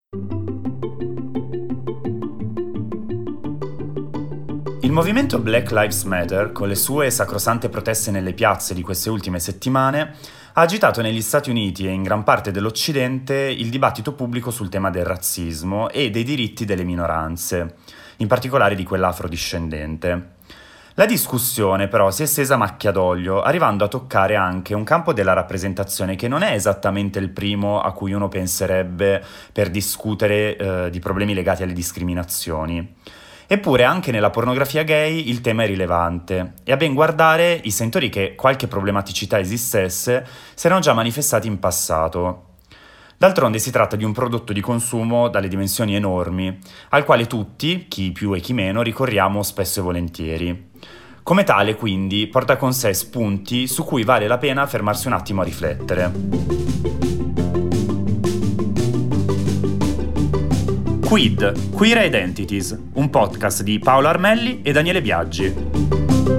Il movimento Black Lives Matter, con le sue sacrosante proteste nelle piazze di queste ultime settimane, ha agitato negli Stati Uniti e in gran parte dell'Occidente il dibattito pubblico sul tema del razzismo e dei diritti delle minoranze, in particolare di quella afrodiscendente. La discussione però si è estesa a macchia d'olio, arrivando a toccare anche un campo della rappresentazione che non è esattamente il primo a cui uno penserebbe per discutere di problemi legati alle discriminazioni. Eppure anche nella pornografia gay il tema è rilevante e a ben guardare i sentori che qualche problematicità esistesse si erano già manifestati in passato. D'altronde si tratta di un prodotto di consumo dalle dimensioni enormi, al quale tutti, chi più e chi meno, ricorriamo spesso e volentieri. Come tale, quindi, porta con sé spunti su cui vale la pena fermarsi un attimo a riflettere. Queer Identities, un podcast di Paolo Armelli e Daniele Biaggi.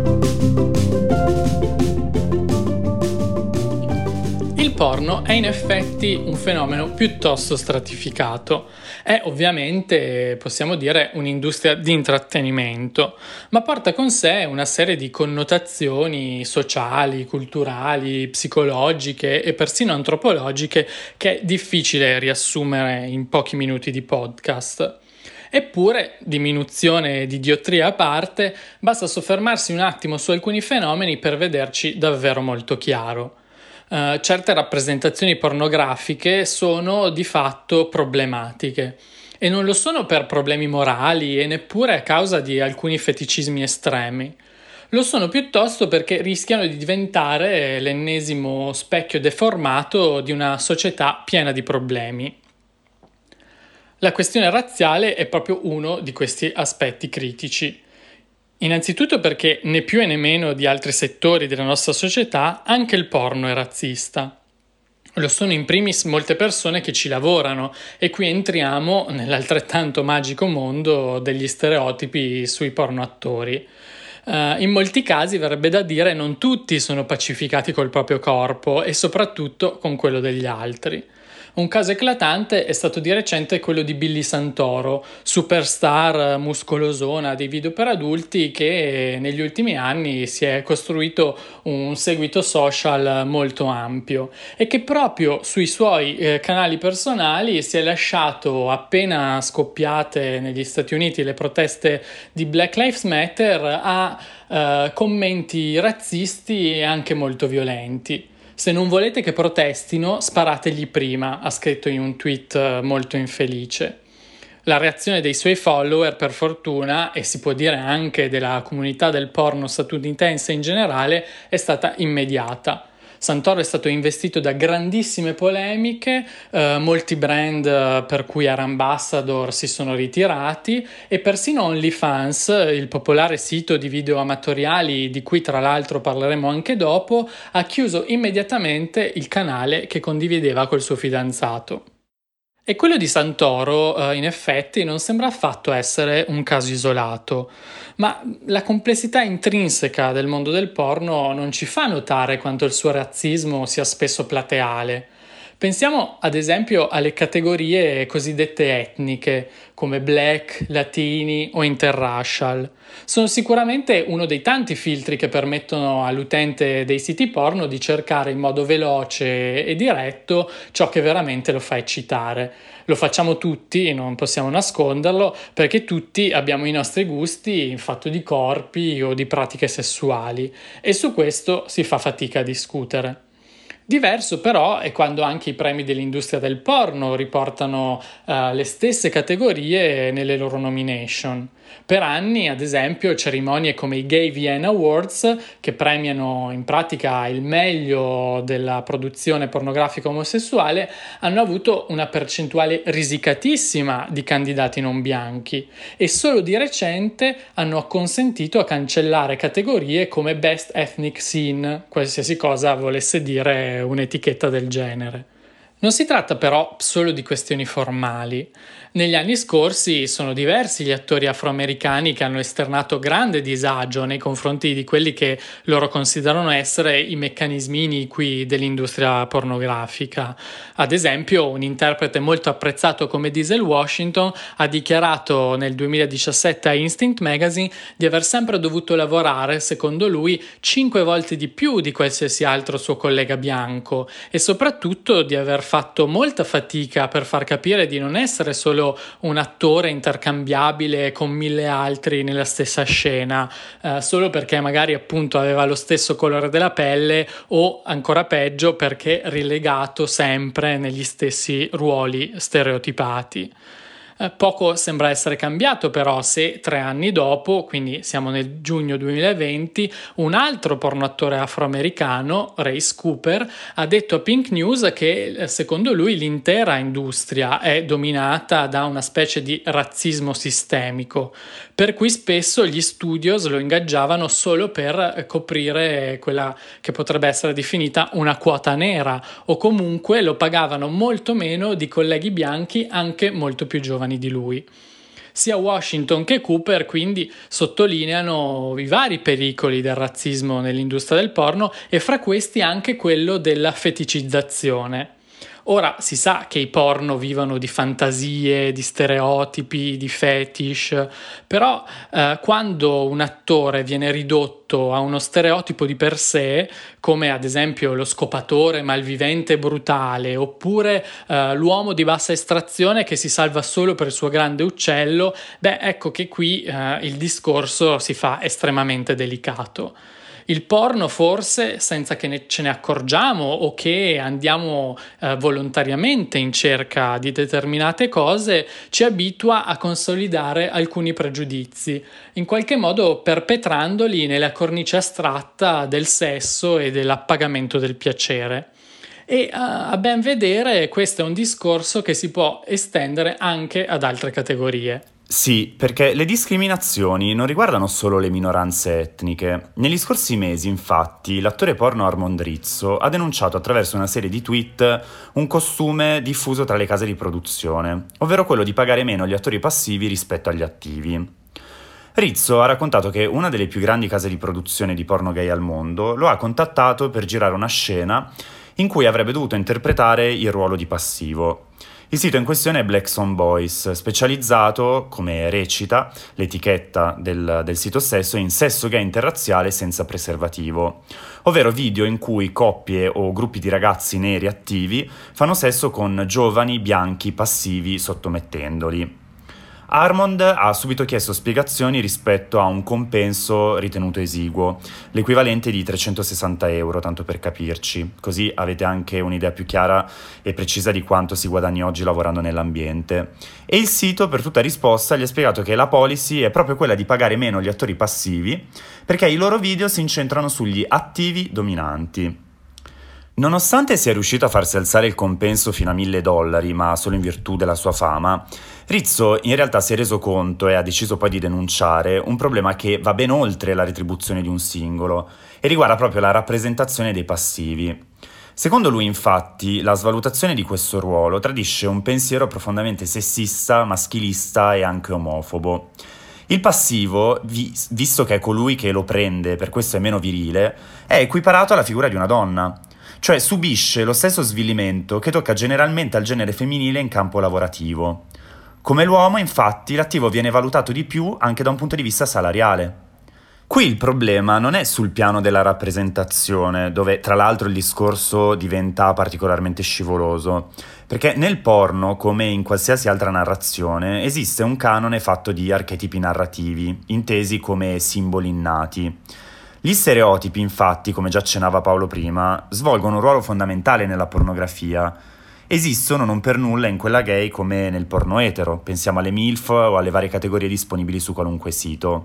Il porno è in effetti un fenomeno piuttosto stratificato. È ovviamente, possiamo dire, un'industria di intrattenimento, ma porta con sé una serie di connotazioni sociali, culturali, psicologiche e persino antropologiche che è difficile riassumere in pochi minuti di podcast. Eppure, diminuzione di diottria a parte, basta soffermarsi un attimo su alcuni fenomeni per vederci davvero molto chiaro. Certe rappresentazioni pornografiche sono di fatto problematiche e non lo sono per problemi morali e neppure a causa di alcuni feticismi estremi. Lo sono piuttosto perché rischiano di diventare l'ennesimo specchio deformato di una società piena di problemi. La questione razziale è proprio uno di questi aspetti critici. Innanzitutto perché né più e né meno di altri settori della nostra società anche il porno è razzista. Lo sono in primis molte persone che ci lavorano e qui entriamo nell'altrettanto magico mondo degli stereotipi sui porno attori. In molti casi verrebbe da dire non tutti sono pacificati col proprio corpo e soprattutto con quello degli altri. Un caso eclatante è stato di recente quello di Billy Santoro, superstar muscolosona dei video per adulti che negli ultimi anni si è costruito un seguito social molto ampio e che proprio sui suoi canali personali si è lasciato, appena scoppiate negli Stati Uniti le proteste di Black Lives Matter, a commenti razzisti e anche molto violenti. Se non volete che protestino, sparategli prima, ha scritto in un tweet molto infelice. La reazione dei suoi follower, per fortuna, e si può dire anche della comunità del porno statunitense in generale, è stata immediata. Santoro è stato investito da grandissime polemiche, molti brand per cui era ambassador si sono ritirati e persino OnlyFans, il popolare sito di video amatoriali di cui tra l'altro parleremo anche dopo, ha chiuso immediatamente il canale che condivideva col suo fidanzato. E quello di Santoro, in effetti, non sembra affatto essere un caso isolato, ma la complessità intrinseca del mondo del porno non ci fa notare quanto il suo razzismo sia spesso plateale. Pensiamo ad esempio alle categorie cosiddette etniche, come black, latini o interracial. Sono sicuramente uno dei tanti filtri che permettono all'utente dei siti porno di cercare in modo veloce e diretto ciò che veramente lo fa eccitare. Lo facciamo tutti, non possiamo nasconderlo, perché tutti abbiamo i nostri gusti in fatto di corpi o di pratiche sessuali e su questo si fa fatica a discutere. Diverso però è quando anche i premi dell'industria del porno riportano le stesse categorie nelle loro nomination. Per anni, ad esempio, cerimonie come i Gay Vienna Awards, che premiano in pratica il meglio della produzione pornografica omosessuale, hanno avuto una percentuale risicatissima di candidati non bianchi e solo di recente hanno acconsentito a cancellare categorie come Best Ethnic Scene, qualsiasi cosa volesse dire un'etichetta del genere. Non si tratta però solo di questioni formali. Negli anni scorsi sono diversi gli attori afroamericani che hanno esternato grande disagio nei confronti di quelli che loro considerano essere i meccanismi iniqui dell'industria pornografica. Ad esempio, un interprete molto apprezzato come Denzel Washington ha dichiarato nel 2017 a Instinct Magazine di aver sempre dovuto lavorare, secondo lui, 5 volte di più di qualsiasi altro suo collega bianco e soprattutto di aver fatto molta fatica per far capire di non essere solo un attore intercambiabile con 1000 altri nella stessa scena, solo perché magari appunto aveva lo stesso colore della pelle o ancora peggio perché rilegato sempre negli stessi ruoli stereotipati. Poco sembra essere cambiato però se 3 anni dopo, quindi siamo nel giugno 2020, un altro pornoattore afroamericano, Race Cooper, ha detto a Pink News che secondo lui l'intera industria è dominata da una specie di razzismo sistemico, per cui spesso gli studios lo ingaggiavano solo per coprire quella che potrebbe essere definita una quota nera o comunque lo pagavano molto meno di colleghi bianchi anche molto più giovani di lui. Sia Washington che Cooper quindi sottolineano i vari pericoli del razzismo nell'industria del porno e fra questi anche quello della feticizzazione. Ora si sa che i porno vivono di fantasie, di stereotipi, di fetish, però quando un attore viene ridotto a uno stereotipo di per sé, come ad esempio lo scopatore malvivente brutale, oppure l'uomo di bassa estrazione che si salva solo per il suo grande uccello, ecco che qui il discorso si fa estremamente delicato. Il porno forse, senza che ce ne accorgiamo o che andiamo volontariamente in cerca di determinate cose, ci abitua a consolidare alcuni pregiudizi, in qualche modo perpetrandoli nella cornice astratta del sesso e dell'appagamento del piacere. E a ben vedere questo è un discorso che si può estendere anche ad altre categorie. Sì, perché le discriminazioni non riguardano solo le minoranze etniche. Negli scorsi mesi, infatti, l'attore porno Armond Rizzo ha denunciato attraverso una serie di tweet un costume diffuso tra le case di produzione, ovvero quello di pagare meno gli attori passivi rispetto agli attivi. Rizzo ha raccontato che una delle più grandi case di produzione di porno gay al mondo lo ha contattato per girare una scena in cui avrebbe dovuto interpretare il ruolo di passivo. Il sito in questione è Black Song Boys, specializzato, come recita l'etichetta del sito stesso, in sesso gay interrazziale senza preservativo, ovvero video in cui coppie o gruppi di ragazzi neri attivi fanno sesso con giovani bianchi passivi sottomettendoli. Armond ha subito chiesto spiegazioni rispetto a un compenso ritenuto esiguo, l'equivalente di 360 euro, tanto per capirci, così avete anche un'idea più chiara e precisa di quanto si guadagni oggi lavorando nell'ambiente. E il sito, per tutta risposta, gli ha spiegato che la policy è proprio quella di pagare meno gli attori passivi, perché i loro video si incentrano sugli attivi dominanti. Nonostante sia riuscito a farsi alzare il compenso fino a $1.000, ma solo in virtù della sua fama, Rizzo in realtà si è reso conto e ha deciso poi di denunciare un problema che va ben oltre la retribuzione di un singolo e riguarda proprio la rappresentazione dei passivi. Secondo lui, infatti, la svalutazione di questo ruolo tradisce un pensiero profondamente sessista, maschilista e anche omofobo. Il passivo, visto che è colui che lo prende, per questo è meno virile, è equiparato alla figura di una donna. Cioè subisce lo stesso svilimento che tocca generalmente al genere femminile in campo lavorativo. Come l'uomo, infatti, l'attivo viene valutato di più anche da un punto di vista salariale. Qui il problema non è sul piano della rappresentazione, dove tra l'altro il discorso diventa particolarmente scivoloso, perché nel porno, come in qualsiasi altra narrazione, esiste un canone fatto di archetipi narrativi, intesi come simboli innati. Gli stereotipi, infatti, come già accennava Paolo prima, svolgono un ruolo fondamentale nella pornografia. Esistono non per nulla in quella gay come nel porno etero, pensiamo alle MILF o alle varie categorie disponibili su qualunque sito.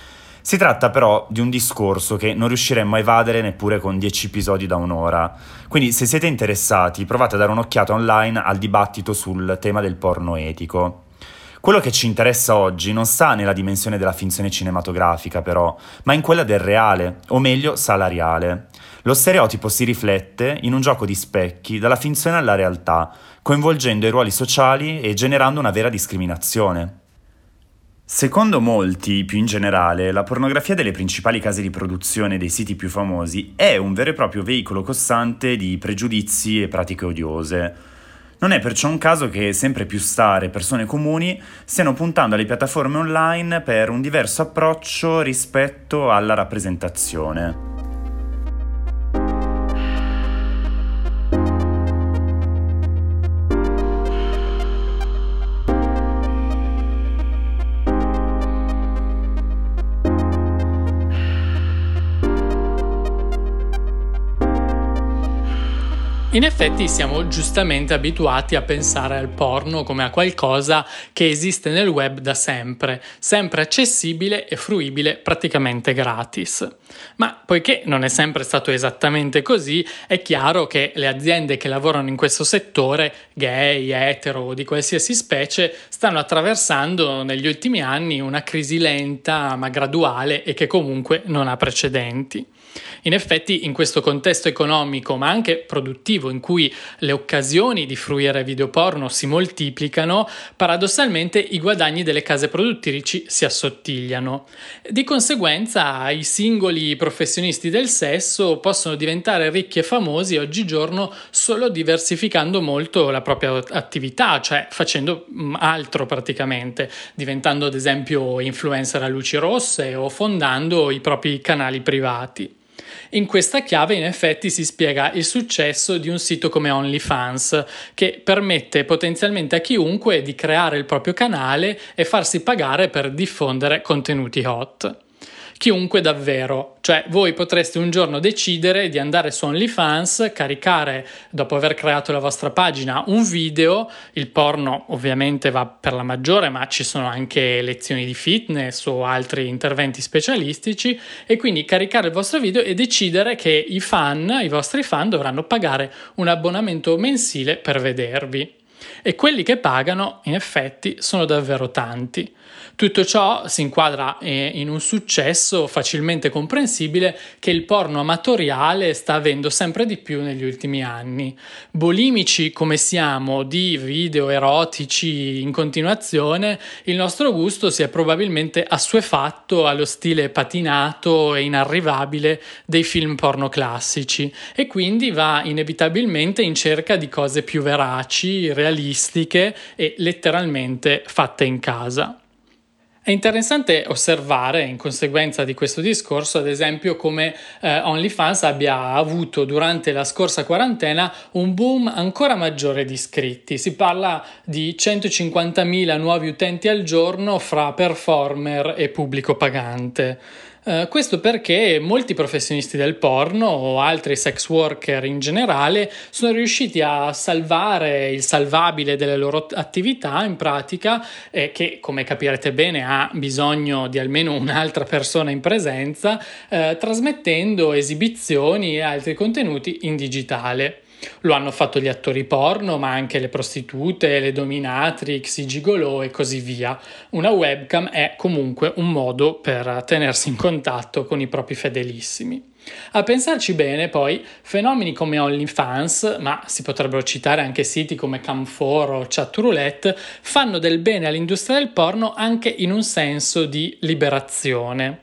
Si tratta però di un discorso che non riusciremmo a evadere neppure con 10 episodi da un'ora, quindi se siete interessati provate a dare un'occhiata online al dibattito sul tema del porno etico. Quello che ci interessa oggi non sta nella dimensione della finzione cinematografica, però, ma in quella del reale, o meglio salariale. Lo stereotipo si riflette in un gioco di specchi dalla finzione alla realtà, coinvolgendo i ruoli sociali e generando una vera discriminazione. Secondo molti, più in generale, la pornografia delle principali case di produzione dei siti più famosi è un vero e proprio veicolo costante di pregiudizi e pratiche odiose. Non è perciò un caso che sempre più star e persone comuni stiano puntando alle piattaforme online per un diverso approccio rispetto alla rappresentazione. In effetti siamo giustamente abituati a pensare al porno come a qualcosa che esiste nel web da sempre, sempre accessibile e fruibile praticamente gratis. Ma poiché non è sempre stato esattamente così, è chiaro che le aziende che lavorano in questo settore, gay, etero o di qualsiasi specie, stanno attraversando negli ultimi anni una crisi lenta ma graduale e che comunque non ha precedenti. In effetti, in questo contesto economico, ma anche produttivo, in cui le occasioni di fruire video porno si moltiplicano, paradossalmente i guadagni delle case produttrici si assottigliano. Di conseguenza, i singoli professionisti del sesso possono diventare ricchi e famosi oggigiorno solo diversificando molto la propria attività, cioè facendo altro praticamente, diventando ad esempio influencer a luci rosse o fondando i propri canali privati. In questa chiave in effetti si spiega il successo di un sito come OnlyFans, che permette potenzialmente a chiunque di creare il proprio canale e farsi pagare per diffondere contenuti hot. Chiunque davvero, cioè voi potreste un giorno decidere di andare su OnlyFans, caricare, dopo aver creato la vostra pagina, un video, il porno ovviamente va per la maggiore, ma ci sono anche lezioni di fitness o altri interventi specialistici, e quindi caricare il vostro video e decidere che i vostri fan dovranno pagare un abbonamento mensile per vedervi. E quelli che pagano, in effetti, sono davvero tanti. Tutto ciò si inquadra in un successo facilmente comprensibile che il porno amatoriale sta avendo sempre di più negli ultimi anni. Bolimici come siamo di video erotici in continuazione, il nostro gusto si è probabilmente assuefatto allo stile patinato e inarrivabile dei film porno classici e quindi va inevitabilmente in cerca di cose più veraci, realistiche e letteralmente fatte in casa. È interessante osservare, in conseguenza di questo discorso, ad esempio, come OnlyFans abbia avuto durante la scorsa quarantena un boom ancora maggiore di iscritti. Si parla di 150.000 nuovi utenti al giorno fra performer e pubblico pagante. Questo perché molti professionisti del porno o altri sex worker in generale sono riusciti a salvare il salvabile delle loro attività in pratica, che come capirete bene ha bisogno di almeno un'altra persona in presenza, trasmettendo esibizioni e altri contenuti in digitale. Lo hanno fatto gli attori porno, ma anche le prostitute, le dominatrix, i gigolò e così via. Una webcam è comunque un modo per tenersi in contatto con i propri fedelissimi. A pensarci bene, poi, fenomeni come OnlyFans, ma si potrebbero citare anche siti come Cam4 o Chatroulette, fanno del bene all'industria del porno anche in un senso di liberazione.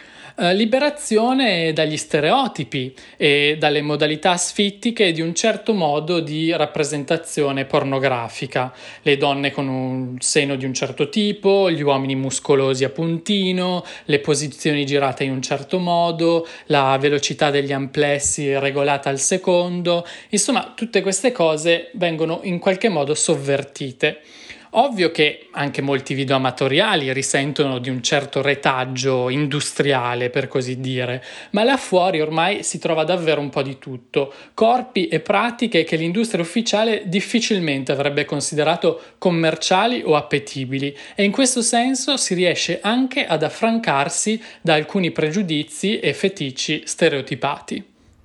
Liberazione dagli stereotipi e dalle modalità asfittiche di un certo modo di rappresentazione pornografica. Le donne con un seno di un certo tipo, gli uomini muscolosi a puntino, le posizioni girate in un certo modo, la velocità degli amplessi regolata al secondo. Insomma, tutte queste cose vengono in qualche modo sovvertite. Ovvio che anche molti video amatoriali risentono di un certo retaggio industriale, per così dire, ma là fuori ormai si trova davvero un po' di tutto, corpi e pratiche che l'industria ufficiale difficilmente avrebbe considerato commerciali o appetibili, e in questo senso si riesce anche ad affrancarsi da alcuni pregiudizi e feticci stereotipati.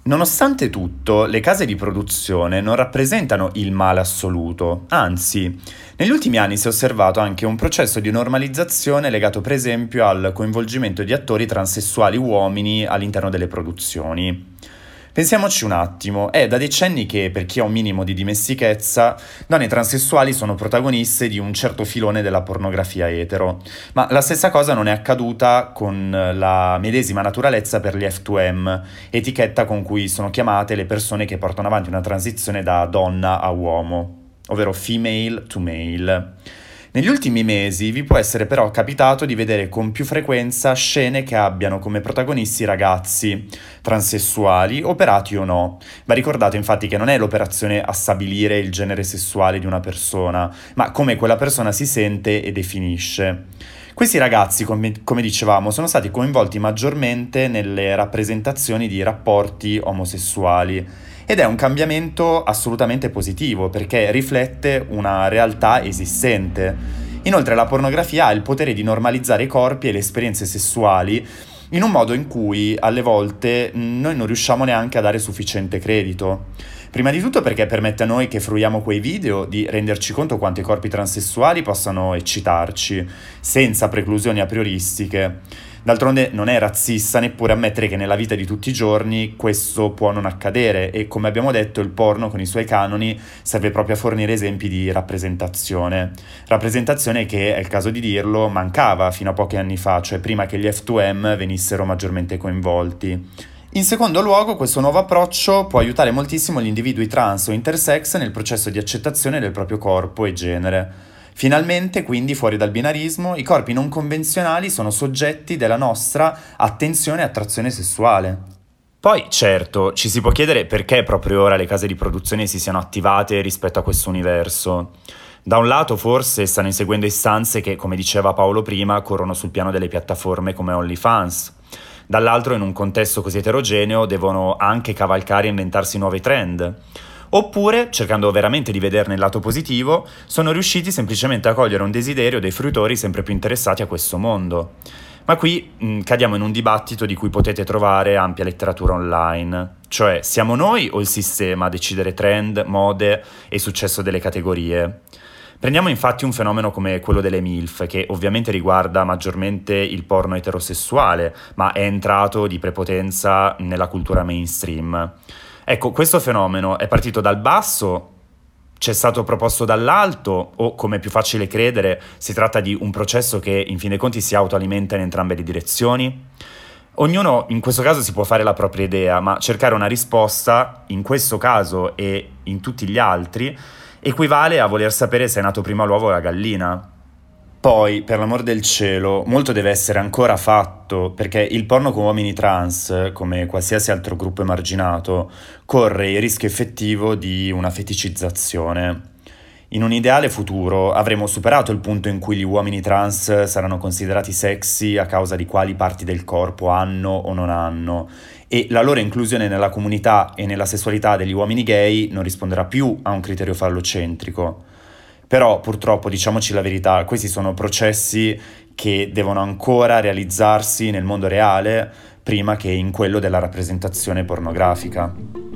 Nonostante tutto, le case di produzione non rappresentano il male assoluto, anzi, negli ultimi anni si è osservato anche un processo di normalizzazione legato per esempio al coinvolgimento di attori transessuali uomini all'interno delle produzioni. Pensiamoci un attimo, è da decenni che per chi ha un minimo di dimestichezza, donne transessuali sono protagoniste di un certo filone della pornografia etero, ma la stessa cosa non è accaduta con la medesima naturalezza per gli F2M, etichetta con cui sono chiamate le persone che portano avanti una transizione da donna a uomo, ovvero female to male. Negli ultimi mesi vi può essere però capitato di vedere con più frequenza scene che abbiano come protagonisti ragazzi transessuali, operati o no. Va ricordato infatti che non è l'operazione a stabilire il genere sessuale di una persona, ma come quella persona si sente e definisce. Questi ragazzi, come dicevamo, sono stati coinvolti maggiormente nelle rappresentazioni di rapporti omosessuali. Ed è un cambiamento assolutamente positivo perché riflette una realtà esistente. Inoltre la pornografia ha il potere di normalizzare i corpi e le esperienze sessuali in un modo in cui alle volte noi non riusciamo neanche a dare sufficiente credito. Prima di tutto perché permette a noi che fruiamo quei video di renderci conto quanto i corpi transessuali possano eccitarci, senza preclusioni a prioristiche. D'altronde non è razzista neppure ammettere che nella vita di tutti i giorni questo può non accadere e, come abbiamo detto, il porno con i suoi canoni serve proprio a fornire esempi di rappresentazione. Rappresentazione che, è il caso di dirlo, mancava fino a pochi anni fa, cioè prima che gli F2M venissero maggiormente coinvolti. In secondo luogo, questo nuovo approccio può aiutare moltissimo gli individui trans o intersex nel processo di accettazione del proprio corpo e genere. Finalmente, quindi, fuori dal binarismo, i corpi non convenzionali sono soggetti della nostra attenzione e attrazione sessuale. Poi, certo, ci si può chiedere perché proprio ora le case di produzione si siano attivate rispetto a questo universo. Da un lato, forse, stanno inseguendo istanze che, come diceva Paolo prima, corrono sul piano delle piattaforme come OnlyFans. Dall'altro, in un contesto così eterogeneo, devono anche cavalcare e inventarsi nuovi trend. Oppure, cercando veramente di vederne il lato positivo, sono riusciti semplicemente a cogliere un desiderio dei fruitori sempre più interessati a questo mondo. Ma qui cadiamo in un dibattito di cui potete trovare ampia letteratura online. Cioè, siamo noi o il sistema a decidere trend, mode e successo delle categorie? Prendiamo infatti un fenomeno come quello delle MILF, che ovviamente riguarda maggiormente il porno eterosessuale, ma è entrato di prepotenza nella cultura mainstream. Ecco, questo fenomeno è partito dal basso, c'è stato proposto dall'alto o, come è più facile credere, si tratta di un processo che in fin dei conti si autoalimenta in entrambe le direzioni? Ognuno in questo caso si può fare la propria idea, ma cercare una risposta, in questo caso e in tutti gli altri, equivale a voler sapere se è nato prima l'uovo o la gallina. Poi, per l'amor del cielo, molto deve essere ancora fatto, perché il porno con uomini trans, come qualsiasi altro gruppo emarginato, corre il rischio effettivo di una feticizzazione. In un ideale futuro avremo superato il punto in cui gli uomini trans saranno considerati sexy a causa di quali parti del corpo hanno o non hanno, e la loro inclusione nella comunità e nella sessualità degli uomini gay non risponderà più a un criterio fallocentrico. Però purtroppo, diciamoci la verità, questi sono processi che devono ancora realizzarsi nel mondo reale prima che in quello della rappresentazione pornografica.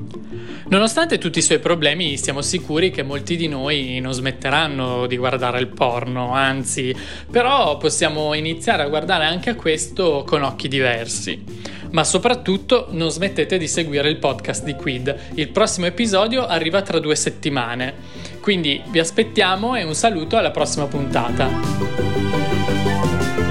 Nonostante tutti i suoi problemi, siamo sicuri che molti di noi non smetteranno di guardare il porno, anzi, però possiamo iniziare a guardare anche a questo con occhi diversi. Ma soprattutto non smettete di seguire il podcast di Quid. Il prossimo episodio arriva tra 2 settimane. Quindi vi aspettiamo e un saluto alla prossima puntata.